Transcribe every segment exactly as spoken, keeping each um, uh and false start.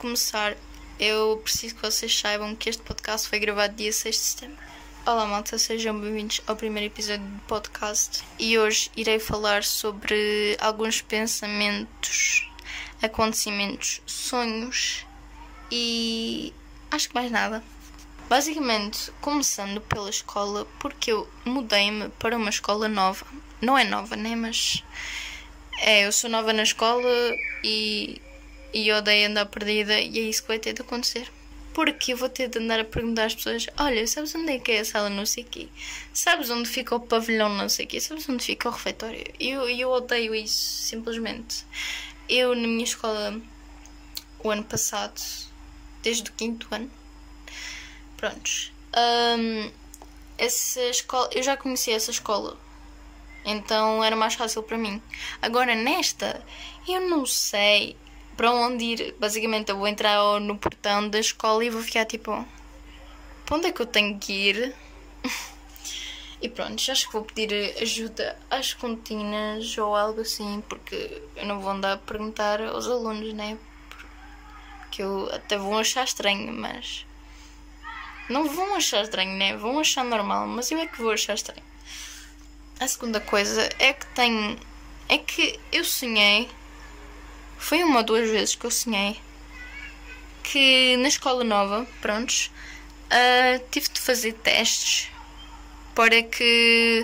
começar, eu preciso que vocês saibam que este podcast foi gravado dia seis de setembro. Olá malta, sejam bem-vindos ao primeiro episódio do podcast e hoje irei falar sobre alguns pensamentos, acontecimentos, sonhos e acho que mais nada. Basicamente, começando pela escola, porque eu mudei-me para uma escola nova. Não é nova, né? Mas é, eu sou nova na escola e, e odeio andar perdida e é isso que vai ter de acontecer. Porque eu vou ter de andar a perguntar às pessoas: olha, sabes onde é que é a sala não sei o quê? Sabes onde fica o pavilhão não sei o quê? Sabes onde fica o refeitório? E eu, eu odeio isso, simplesmente. Eu, na minha escola, o ano passado, desde o quinto ano, prontos, um, essa escola, eu já conhecia essa escola, então era mais fácil para mim. Agora nesta, eu não sei para onde ir. Basicamente eu vou entrar no portão da escola e vou ficar tipo, para onde é que eu tenho que ir? E pronto, acho que vou pedir ajuda às continhas ou algo assim, porque eu não vou andar a perguntar aos alunos, né? Porque eu até vou achar estranho, mas não vão achar estranho, né? Vão achar normal, mas eu é que vou achar estranho. A segunda coisa é que tenho... É que eu sonhei... Foi uma ou duas vezes que eu sonhei que na escola nova, prontos, uh, tive de fazer testes para que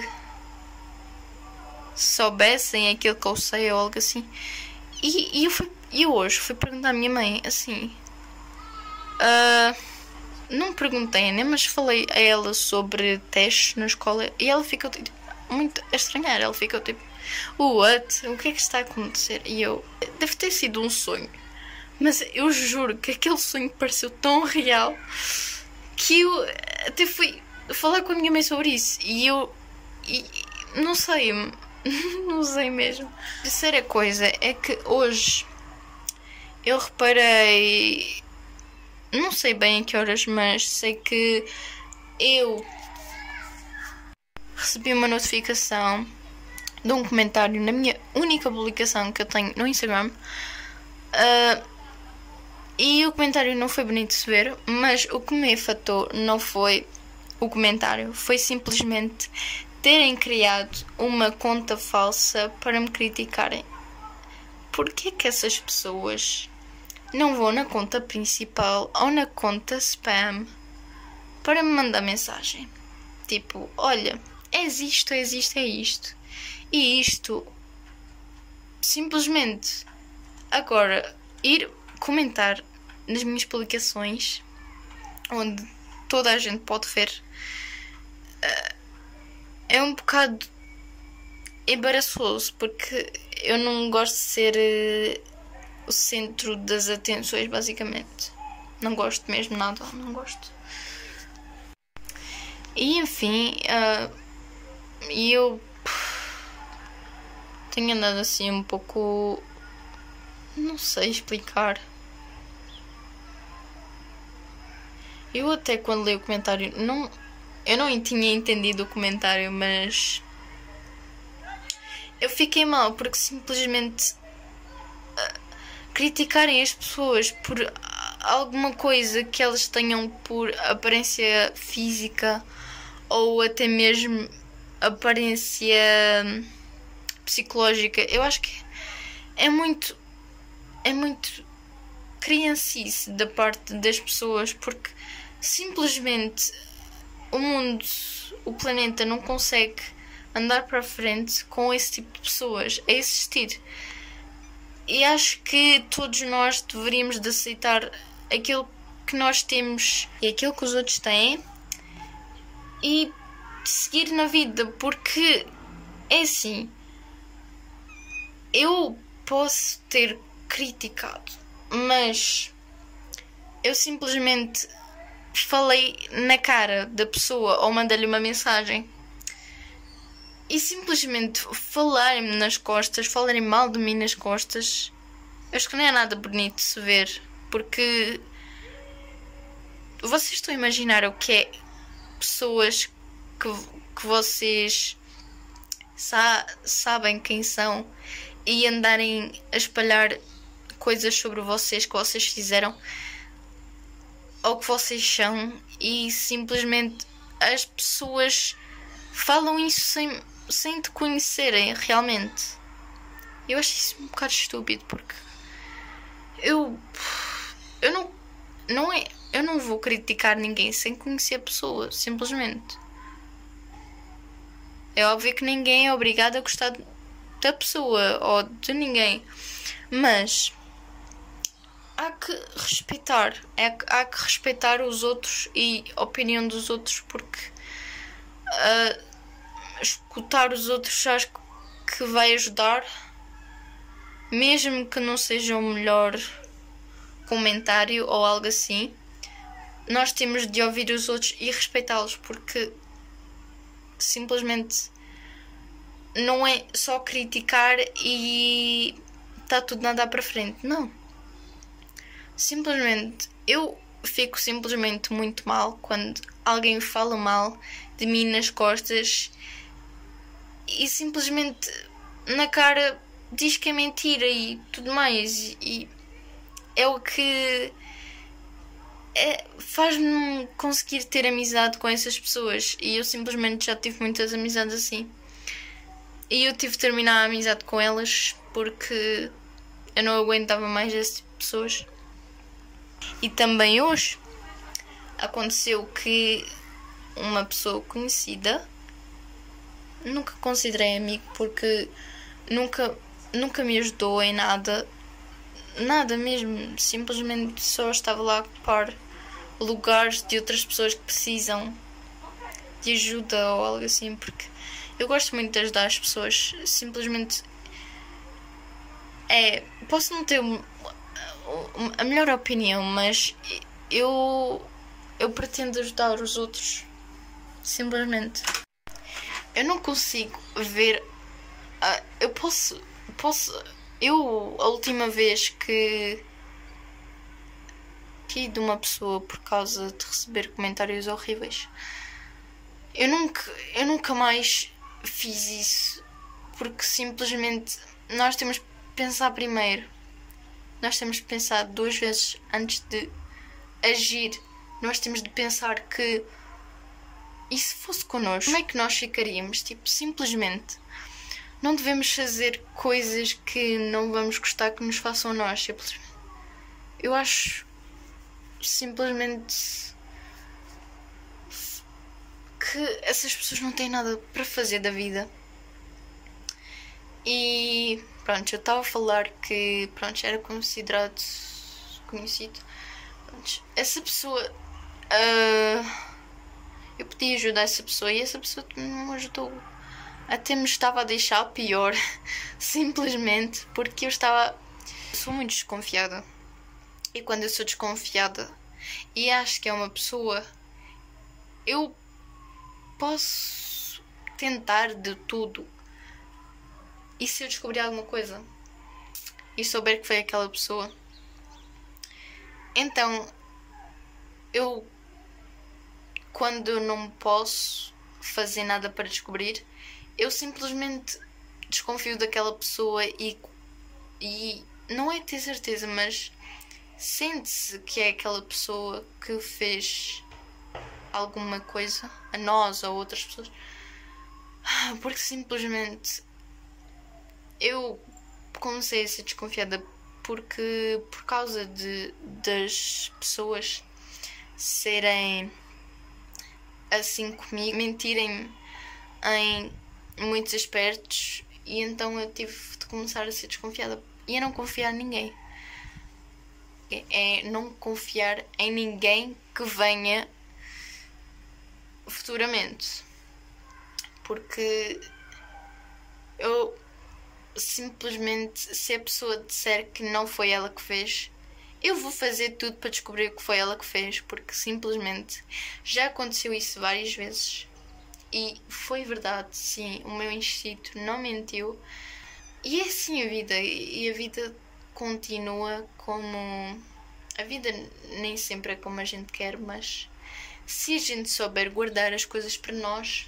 soubessem aquilo que eu sei ou algo assim. E, e eu, fui, eu hoje fui perguntar à minha mãe, assim... Uh, não perguntei, né? Mas falei a ela sobre testes na escola e ela ficou tipo, muito a estranhar. Ela ficou tipo, what? O que é que está a acontecer? E eu, deve ter sido um sonho, mas eu juro que aquele sonho pareceu tão real que eu até fui falar com a minha mãe sobre isso. E eu, e, não sei, não sei mesmo. A terceira coisa é que hoje eu reparei... Não sei bem a que horas, mas sei que eu recebi uma notificação de um comentário na minha única publicação que eu tenho no Instagram. Uh, e o comentário não foi bonito de se ver, mas o que me afetou não foi o comentário, foi simplesmente terem criado uma conta falsa para me criticarem. Porquê que essas pessoas não vou na conta principal ou na conta spam para me mandar mensagem? Tipo, olha, és isto, és isto, é isto. E isto, simplesmente, agora, ir comentar nas minhas publicações, onde toda a gente pode ver, é um bocado embaraçoso, porque eu não gosto de ser o centro das atenções, basicamente. Não gosto mesmo nada, não gosto. E enfim, uh, eu tenho andado assim um pouco... Não sei explicar. Eu até quando li o comentário, não, eu não tinha entendido o comentário, mas eu fiquei mal porque simplesmente criticarem as pessoas por alguma coisa que elas tenham por aparência física ou até mesmo aparência psicológica. Eu acho que é muito é muito criancice da parte das pessoas, porque simplesmente o mundo, o planeta não consegue andar para a frente com esse tipo de pessoas a existir. E acho que todos nós deveríamos de aceitar aquilo que nós temos e aquilo que os outros têm e seguir na vida, porque é assim, eu posso ter criticado, mas eu simplesmente falei na cara da pessoa ou mandei-lhe uma mensagem. E simplesmente falarem-me nas costas, falarem mal de mim nas costas, acho que não é nada bonito de se ver. Porque vocês estão a imaginar o que é pessoas que, que vocês sa- sabem quem são e andarem a espalhar coisas sobre vocês que vocês fizeram ou que vocês são, e simplesmente as pessoas falam isso sem, sem te conhecerem realmente. Eu acho isso um bocado estúpido, porque eu eu não não é eu não vou criticar ninguém sem conhecer a pessoa, simplesmente. É óbvio que ninguém é obrigado a gostar da pessoa ou de ninguém, mas há que respeitar, é, há que respeitar os outros e a opinião dos outros, porque uh, escutar os outros acho que vai ajudar, mesmo que não seja o melhor comentário ou algo assim. Nós temos de ouvir os outros e respeitá-los, porque simplesmente não é só criticar e está tudo a andar para frente. Não. Simplesmente, eu fico simplesmente muito mal quando alguém fala mal de mim nas costas e simplesmente na cara diz que é mentira e tudo mais. E é o que é, faz-me conseguir ter amizade com essas pessoas. E eu simplesmente já tive muitas amizades assim. E eu tive de terminar a amizade com elas porque eu não aguentava mais esse tipo de pessoas. E também hoje aconteceu que uma pessoa conhecida, nunca considerei amigo porque nunca, nunca me ajudou em nada, nada mesmo, simplesmente só estava lá a ocupar lugares de outras pessoas que precisam de ajuda ou algo assim, porque eu gosto muito de ajudar as pessoas, simplesmente é, posso não ter a melhor opinião, mas eu eu pretendo ajudar os outros, simplesmente. Eu não consigo ver, uh, eu posso, posso, eu a última vez que ri de uma pessoa por causa de receber comentários horríveis, eu nunca, eu nunca mais fiz isso, porque simplesmente nós temos que pensar primeiro. Nós temos de pensar duas vezes antes de agir. Nós temos de pensar que, e se fosse connosco, como é que nós ficaríamos? Tipo, simplesmente não devemos fazer coisas que não vamos gostar que nos façam a nós. Simplesmente. Eu acho simplesmente que essas pessoas não têm nada para fazer da vida. E pronto, eu estava a falar que pronto, era considerado conhecido. Pronto, essa pessoa, uh, eu podia ajudar essa pessoa e essa pessoa não me ajudou. Até me estava a deixar pior, simplesmente porque eu estava. Sou muito desconfiada. E quando eu sou desconfiada e acho que é uma pessoa, eu posso tentar de tudo. E se eu descobrir alguma coisa e souber que foi aquela pessoa, então eu, quando não posso fazer nada para descobrir, eu simplesmente desconfio daquela pessoa e, e não é ter certeza, mas sente-se que é aquela pessoa que fez alguma coisa a nós ou a outras pessoas, porque simplesmente eu comecei a ser desconfiada porque por causa de das pessoas serem assim comigo, mentirem em muitos aspectos, e então eu tive de começar a ser desconfiada e a não confiar em ninguém. É não confiar em ninguém que venha futuramente, porque eu simplesmente, se a pessoa disser que não foi ela que fez, eu vou fazer tudo para descobrir que foi ela que fez, porque simplesmente já aconteceu isso várias vezes e foi verdade, sim, o meu instinto não mentiu. E é assim a vida, e a vida continua como... A vida nem sempre é como a gente quer, mas se a gente souber guardar as coisas para nós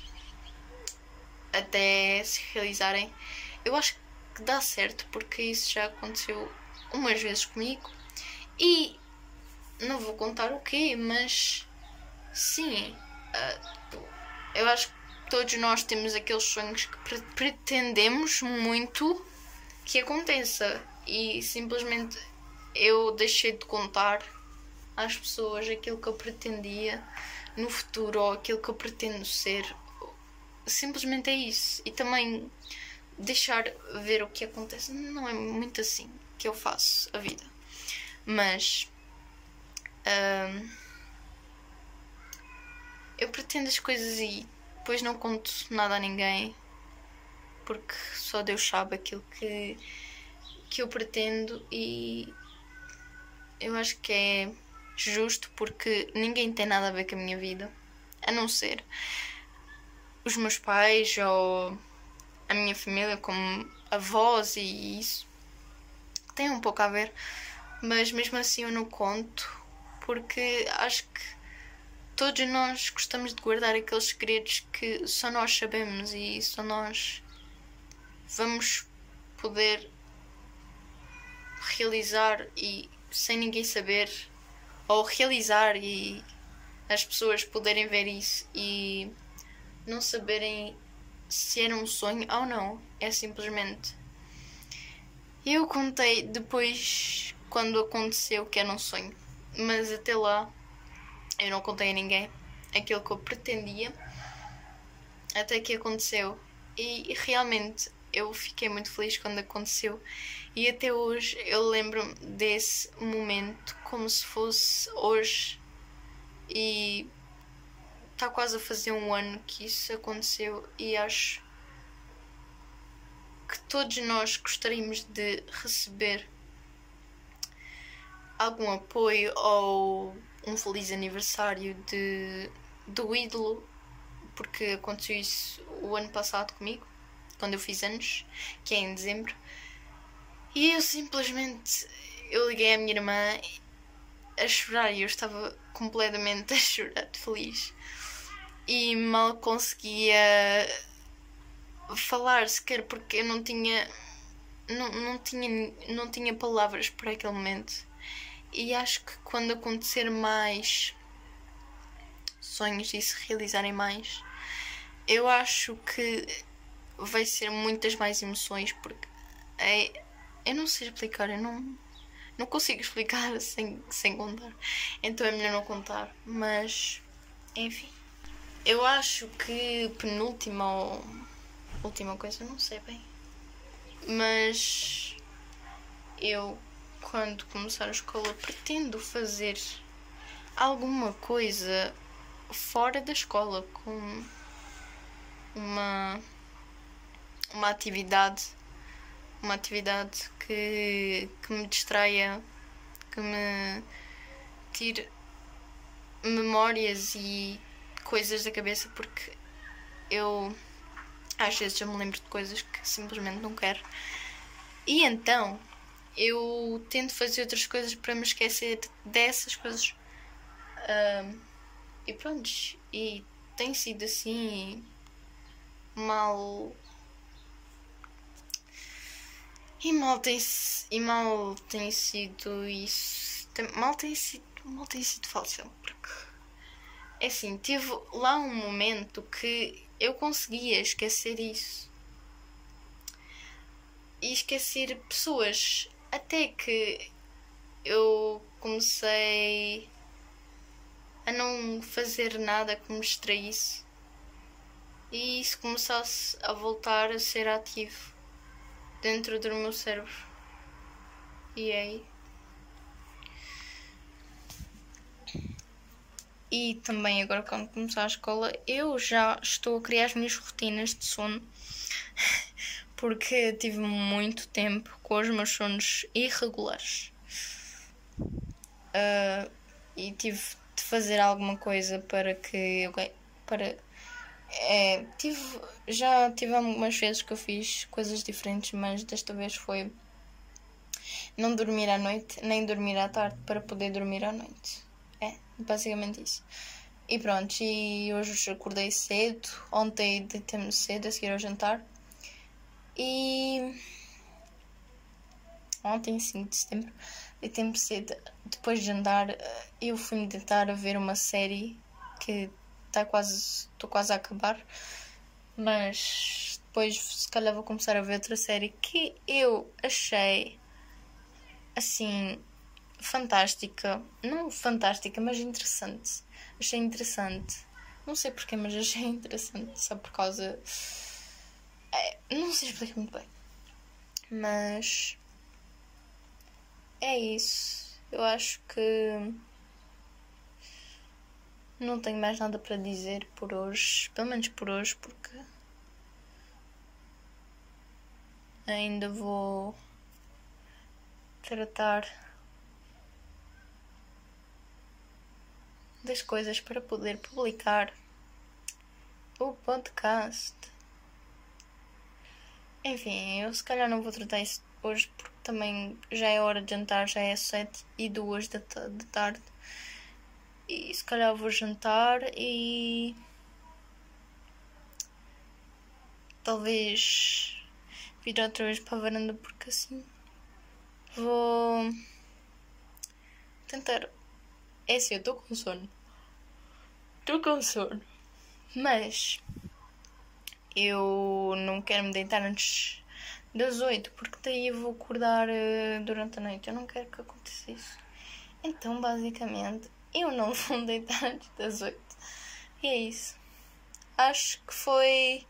até se realizarem, eu acho que dá certo, porque isso já aconteceu umas vezes comigo e não vou contar o quê, mas sim, uh, eu acho que todos nós temos aqueles sonhos que pre- pretendemos muito que aconteça e simplesmente eu deixei de contar às pessoas aquilo que eu pretendia no futuro ou aquilo que eu pretendo ser. Simplesmente é isso. E também deixar ver o que acontece. Não é muito assim que eu faço a vida. Mas hum, eu pretendo as coisas e depois não conto nada a ninguém, porque só Deus sabe aquilo que, que eu pretendo, e eu acho que é justo porque ninguém tem nada a ver com a minha vida, a não ser os meus pais ou a minha família, como avós, e isso tem um pouco a ver, mas mesmo assim eu não conto, porque acho que todos nós gostamos de guardar aqueles segredos que só nós sabemos e só nós vamos poder realizar e sem ninguém saber, ou realizar e as pessoas poderem ver isso e não saberem se era um sonho ou não. É simplesmente, eu contei depois quando aconteceu que era um sonho, mas até lá eu não contei a ninguém aquilo que eu pretendia até que aconteceu, e realmente eu fiquei muito feliz quando aconteceu, e até hoje eu lembro-me desse momento como se fosse hoje, e está quase a fazer um ano que isso aconteceu, e acho que todos nós gostaríamos de receber algum apoio ou um feliz aniversário de, do ídolo, porque aconteceu isso o ano passado comigo, quando eu fiz anos, que é em dezembro, e eu simplesmente, eu liguei à minha irmã a chorar, e eu estava completamente a chorar de feliz, e mal conseguia falar sequer, porque eu não tinha não, não tinha não tinha palavras para aquele momento. E acho que quando acontecer mais sonhos e se realizarem mais, eu acho que vai ser muitas mais emoções, porque é, eu não sei explicar, eu não, não consigo explicar sem, sem contar, então é melhor não contar, mas enfim. Eu acho que penúltima ou última coisa, não sei bem, mas eu, quando começar a escola, pretendo fazer alguma coisa fora da escola, com uma uma atividade uma atividade que, que me distraia, que me tire memórias e coisas da cabeça, porque eu às vezes eu me lembro de coisas que simplesmente não quero, e então eu tento fazer outras coisas para me esquecer dessas coisas. Um, e pronto, e tem sido assim mal. E mal tem, e mal tem sido isso. Tem, mal tem sido. Mal tem sido fácil, porque é assim, tive lá um momento que eu conseguia esquecer isso. E esquecer pessoas. Até que eu comecei a não fazer nada que me distraísse, e isso começasse a voltar a ser ativo dentro do meu cérebro. E aí e também agora, quando começar a escola, eu já estou a criar as minhas rotinas de sono porque tive muito tempo com os meus sonos irregulares, uh, e tive de fazer alguma coisa para que eu para é, tive já tive algumas vezes que eu fiz coisas diferentes, mas desta vez foi não dormir à noite nem dormir à tarde para poder dormir à noite. É basicamente isso. E pronto, e hoje acordei cedo, ontem deitei-me cedo a seguir ao jantar, e ontem, cinco de setembro, e tempo cedo, depois de andar, eu fui-me tentar a ver uma série que está quase, estou quase a acabar, mas depois se calhar vou começar a ver outra série que eu achei assim fantástica, não fantástica, mas interessante. Achei interessante, não sei porquê, mas achei interessante, só por causa, é, não sei explicar muito bem, mas é isso. Eu acho que não tenho mais nada para dizer por hoje, pelo menos por hoje, porque ainda vou tratar das coisas para poder publicar o podcast. Enfim, eu se calhar não vou tratar isso hoje porque também já é hora de jantar, já é sete e duas da tarde. E se calhar vou jantar e talvez vir outra vez para a varanda, porque assim vou tentar. É assim, eu estou com sono. Estou com sono. Mas eu não quero me deitar antes das oito, porque daí eu vou acordar uh, durante a noite. Eu não quero que aconteça isso. Então, basicamente, eu não vou me deitar antes das oito. E é isso. Acho que foi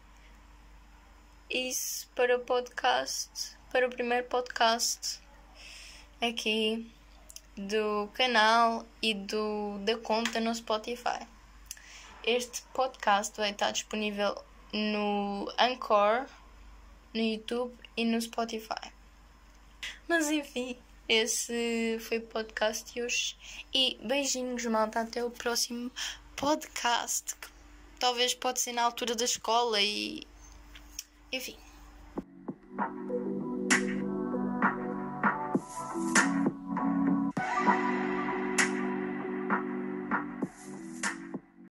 isso para o podcast, para o primeiro podcast aqui do canal e do, da conta no Spotify. Este podcast vai estar disponível no Anchor, no YouTube e no Spotify. Mas enfim, esse foi o podcast de hoje. E beijinhos, malta, até o próximo podcast, que talvez pode ser na altura da escola e... enfim.